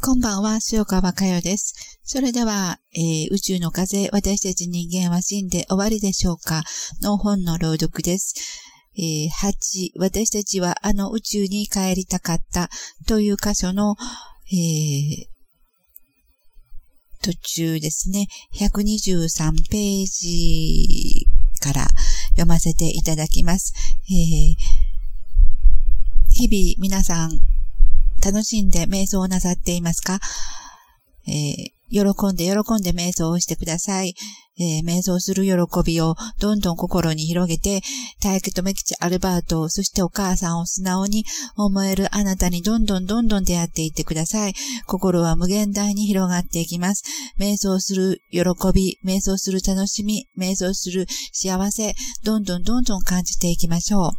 こんばんは、塩川佳代です。それでは、宇宙の風、私たち人間は死んで終わりでしょうかの本の朗読です。8、私たちはあの宇宙に帰りたかったという箇所の、途中ですね、123ページから読ませていただきます。日々皆さん、楽しんで瞑想をなさっていますか？喜んで瞑想をしてください。瞑想する喜びをどんどん心に広げて、大家留吉アルバート、そしてお母さんを素直に思えるあなたにどんどん出会っていってください。心は無限大に広がっていきます。瞑想する喜び、瞑想する楽しみ、瞑想する幸せ、どんどん感じていきましょう。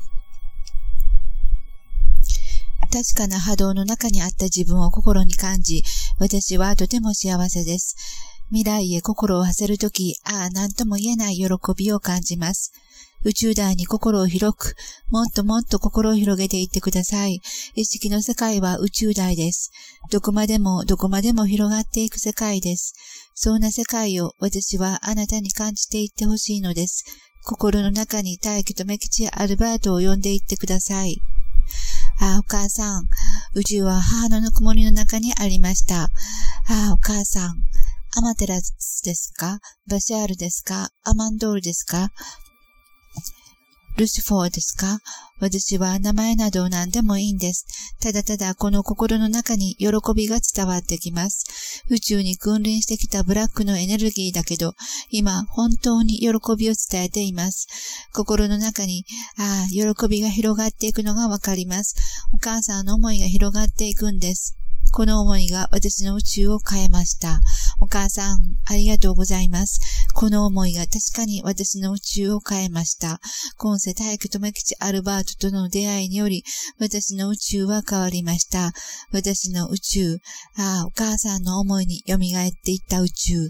確かな波動の中にあった自分を心に感じ、私はとても幸せです。未来へ心を馳せるとき、何とも言えない喜びを感じます。宇宙大に心を広く、もっと心を広げていってください。意識の世界は宇宙大です。どこまでも広がっていく世界です。そんな世界を私はあなたに感じていってほしいのです。心の中に大家留吉アルバートを呼んでいってください。お母さん、宇宙は母のぬくもりの中にありました。お母さん、アマテラスですか？バシャールですか？アマンドールですか？ルシフォーですか？私は名前など何でもいいんです。ただこの心の中に喜びが伝わってきます。宇宙に君臨してきたブラックのエネルギーだけど、今本当に喜びを伝えています。心の中に、喜びが広がっていくのがわかります。お母さんの思いが広がっていくんです。この思いが私の宇宙を変えました。お母さん、ありがとうございます。この思いが確かに私の宇宙を変えました。今世大家留吉アルバートとの出会いにより、私の宇宙は変わりました。私の宇宙、お母さんの思いに蘇っていった宇宙。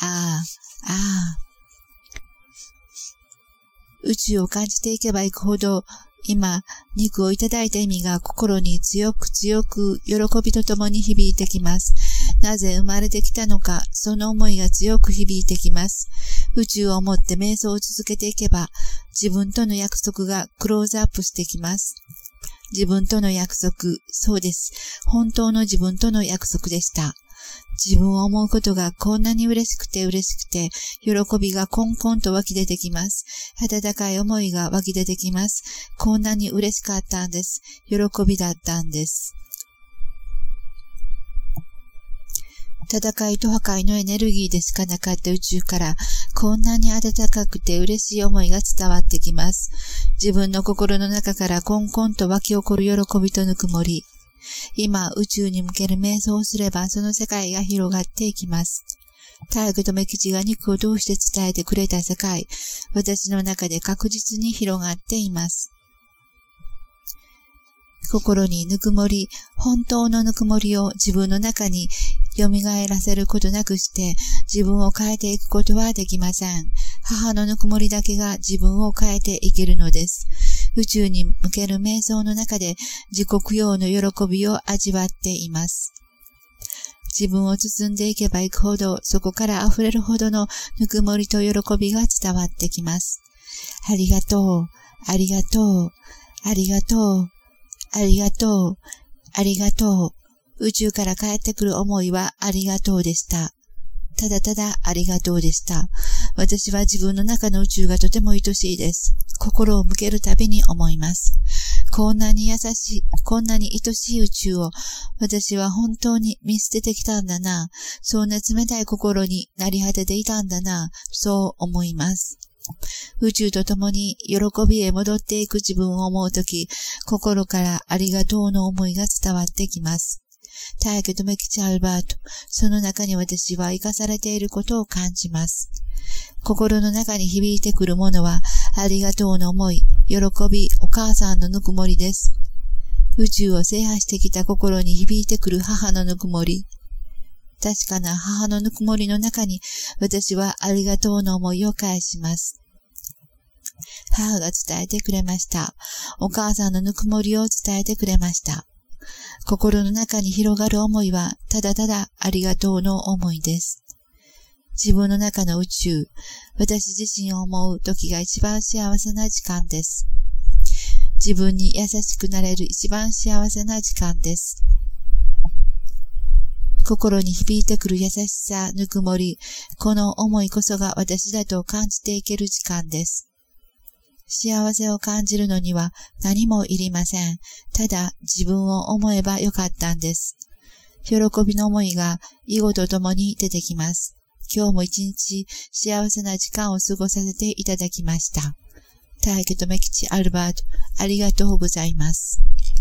宇宙を感じていけばいくほど、今、肉をいただいた意味が心に強く喜びとともに響いてきます。なぜ生まれてきたのか、その思いが強く響いてきます。宇宙をもって瞑想を続けていけば、自分との約束がクローズアップしてきます。自分との約束、そうです。本当の自分との約束でした。自分を思うことがこんなに嬉しくて、喜びがコンコンと湧き出てきます。温かい思いが湧き出てきます。こんなに嬉しかったんです。喜びだったんです。戦いと破壊のエネルギーでしかなかった宇宙から、こんなに温かくて嬉しい思いが伝わってきます。自分の心の中からコンコンと湧き起こる喜びとぬくもり。今、宇宙に向ける瞑想をすれば、その世界が広がっていきます。大家留吉が肉を通して伝えてくれた世界、私の中で確実に広がっています。心にぬくもり、本当のぬくもりを自分の中に蘇らせることなくして、自分を変えていくことはできません。母のぬくもりだけが自分を変えていけるのです。宇宙に向ける瞑想の中で自己供養の喜びを味わっています。自分を包んでいけばいくほど、そこから溢れるほどのぬくもりと喜びが伝わってきます。ありがとう、ありがとう、ありがとう、ありがとう、ありがとう。宇宙から帰ってくる思いはありがとうでした。ただありがとうでした。私は自分の中の宇宙がとても愛しいです。心を向けるたびに思います。こんなに優しい、こんなに愛しい宇宙を私は本当に見捨ててきたんだな。そんな冷たい心になり果てていたんだな。そう思います。宇宙と共に喜びへ戻っていく自分を思うとき、心からありがとうの思いが伝わってきます。大家留吉アルバート、その中に私は生かされていることを感じます。心の中に響いてくるものは、ありがとうの思い、喜び、お母さんのぬくもりです。宇宙を制覇してきた心に響いてくる母のぬくもり。確かな母のぬくもりの中に、私はありがとうの思いを返します。母が伝えてくれました。お母さんのぬくもりを伝えてくれました。 心の中に広がる思いは、ただただありがとうの思いです。自分の中の宇宙、私自身を思う時が一番幸せな時間です。自分に優しくなれる一番幸せな時間です。心に響いてくる優しさ、ぬくもり、この思いこそが私だと感じていける時間です。幸せを感じるのには何もいりません。ただ自分を思えばよかったんです。喜びの思いが囲碁とともに出てきます。今日も一日幸せな時間を過ごさせていただきました。大家留吉アルバート、ありがとうございます。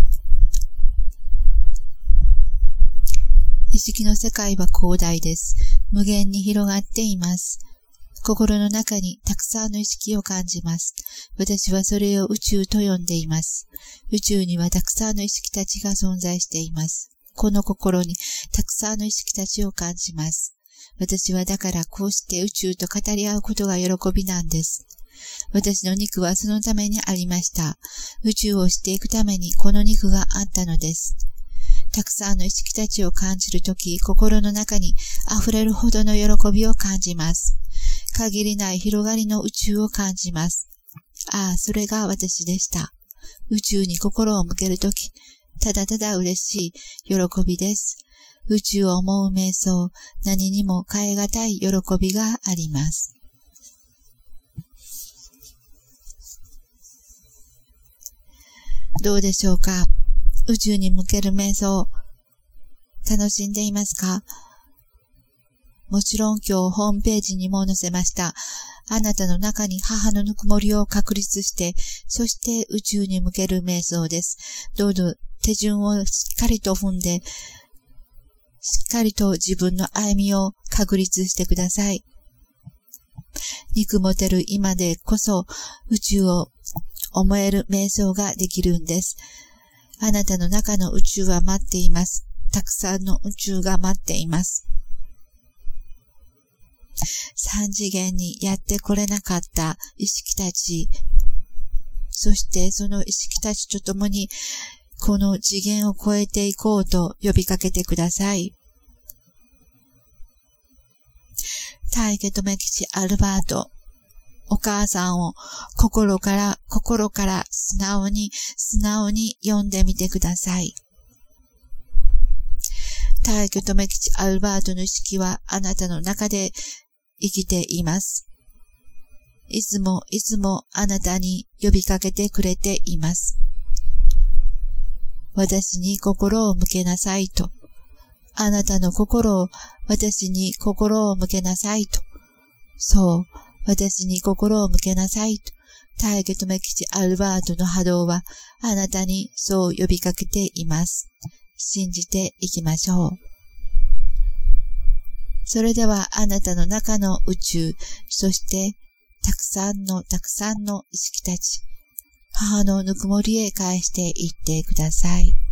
意識の世界は広大です。無限に広がっています。心の中にたくさんの意識を感じます。私はそれを宇宙と呼んでいます。宇宙にはたくさんの意識たちが存在しています。この心にたくさんの意識たちを感じます。私はだからこうして宇宙と語り合うことが喜びなんです。私の肉はそのためにありました。宇宙をしていくためにこの肉があったのです。たくさんの意識たちを感じるとき、心の中に溢れるほどの喜びを感じます。限りない広がりの宇宙を感じます。ああ、それが私でした。宇宙に心を向けるとき、ただただ嬉しい喜びです。宇宙を思う瞑想、何にも代え難い喜びがあります。どうでしょうか？宇宙に向ける瞑想、楽しんでいますか？もちろん今日ホームページにも載せました。あなたの中に母のぬくもりを確立して、そして宇宙に向ける瞑想です。どうぞ手順をしっかりと踏んで、しっかりと自分の歩みを確立してください。憎もてる今でこそ宇宙を思える瞑想ができるんです。あなたの中の宇宙は待っています。たくさんの宇宙が待っています。三次元にやってこれなかった意識たち、そしてその意識たちとともにこの次元を超えていこうと呼びかけてください。大家留吉アルバート、お母さんを心から素直に呼んでみてください。大家留吉アルバートの意識はあなたの中で生きています。いつもあなたに呼びかけてくれています。私に心を向けなさいと。あなたの心を私に心を向けなさいと。そう、私に心を向けなさいと。大家留吉アルバートの波動はあなたにそう呼びかけています。信じていきましょう。それではあなたの中の宇宙、そしてたくさんの意識たち、母のぬくもりへ返していってください。